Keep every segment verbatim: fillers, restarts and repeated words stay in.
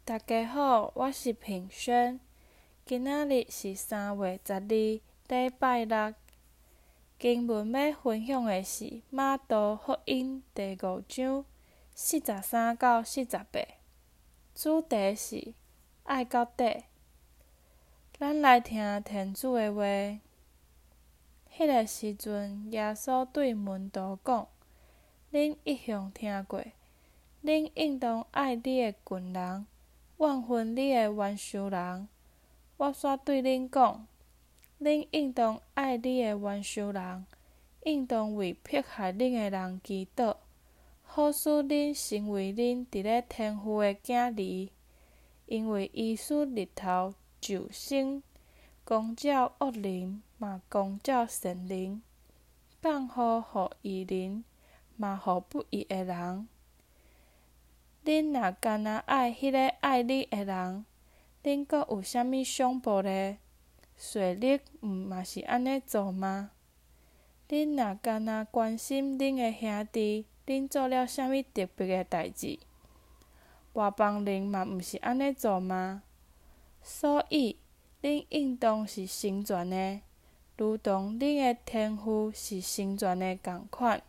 大家好，我是平轩。今仔日是三月十二，礼拜六。经文要分享的是《马竇福音》第五章四十三到四十八，主题是爱到底。咱来听天主的话。迄个时阵，耶稣对门徒讲：恁一向听过，恁应当爱你的近人，怨恨你的冤仇人。我煞对恁讲，恁应当爱你的冤仇人，应当为迫害恁的人祈祷，好使恁成为恁伫咧天父的囝儿。因为伊使日头就升，光照恶人，嘛光照善人，放雨予义人，嘛予不义的人。恁若干那爱迄个爱你的人，恁阁有啥物上报呢？税吏毋嘛是安尼做吗？恁若干那关心恁的兄弟，恁做了啥物特别的代志？外邦人嘛毋是安尼做吗？所以，恁应当是成全的，如同恁的天父是成全的共款。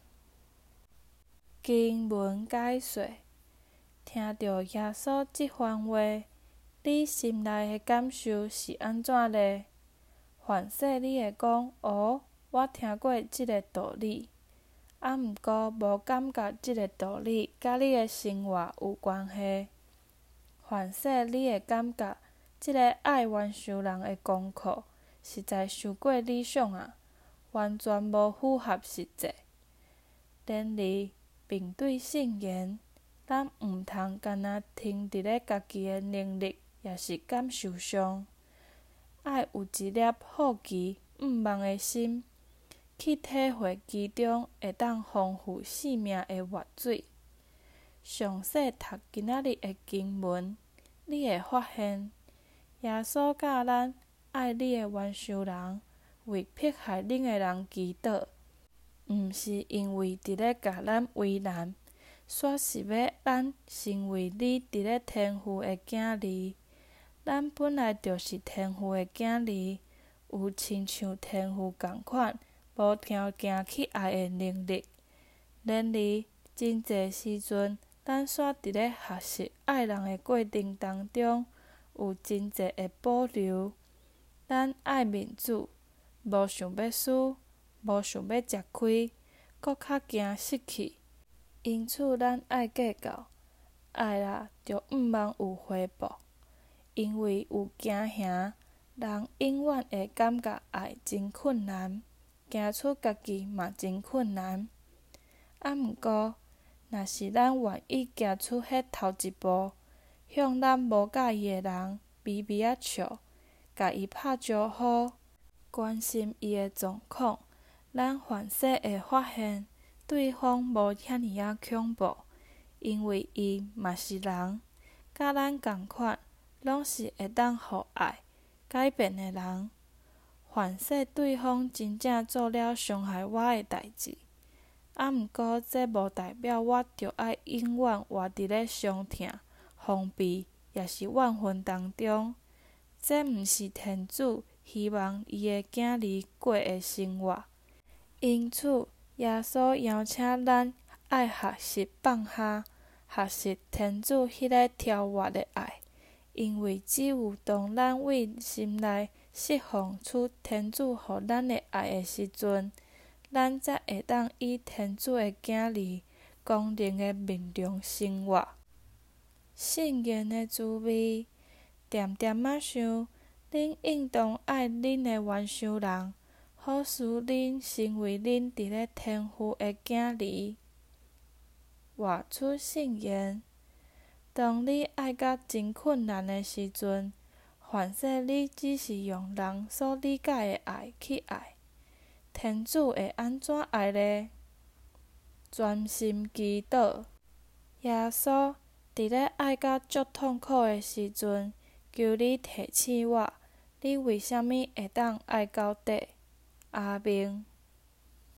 经文解说：听到耶稣即番话，你心内的感受是安怎呢？凡说你会讲：哦，我听过即个道理，啊，毋过无感觉即个道理甲你的生活有关系。凡说你会感觉即个爱冤仇人的功课实在伤过理想啊，完全无符合实际。然而，面对圣言，咱毋通干那停伫咧家己的能力也是感受上，爱有一粒好奇、毋茫的心，去体会其中会当丰富生命的活水。详细读今仔日的经文，你会发现，耶稣教咱爱你的冤仇人，为迫害恁的人祈祷，毋是因为伫咧甲咱为难，煞是要咱成为你伫咧天父的囝儿。咱本来就是天父的囝儿，有亲像天父共款无条件去爱的能力。然而，真侪时阵，咱煞伫咧学习爱人的过程当中，有真侪的保留。咱爱面子，无想要输，无想要吃亏，搁较惊失去。因此，咱爱计较，爱啦，就毋茫有回报。因为有惊吓，人永远会感觉爱真困难，行出家己嘛真困难。啊，毋过，若是咱愿意行出迄头一步，向咱无介意的人微微仔笑，甲伊拍招呼，关心伊的状况，咱凡事会发现对方无遐尼仔恐怖，因为伊嘛是人，甲咱共款。拢是会当互爱改变的人。凡说对方真正做了伤害我的代志，啊，毋过这无代表我着爱永远活伫咧伤痛、封闭，也是怨恨当中。这毋是天主希望伊的囝儿过的生活。因此，耶稣邀请咱爱学习放下，学习天主迄个超越的爱。因为只有当咱为心内释放出天主予咱的爱的时阵，咱才会当以天主的囝儿光荣的面容生活。圣言的滋味，点点仔想，恁应当爱恁的冤仇人，好使恁成为恁伫咧天父的囝儿。活出圣言。当你爱甲真困难的时阵，凡说你只是用人所理解的爱去爱，天主会安怎爱呢？专心祈祷。耶稣，伫咧爱甲足痛苦的时阵，求你提醒我，你为虾米会当爱到底？阿明。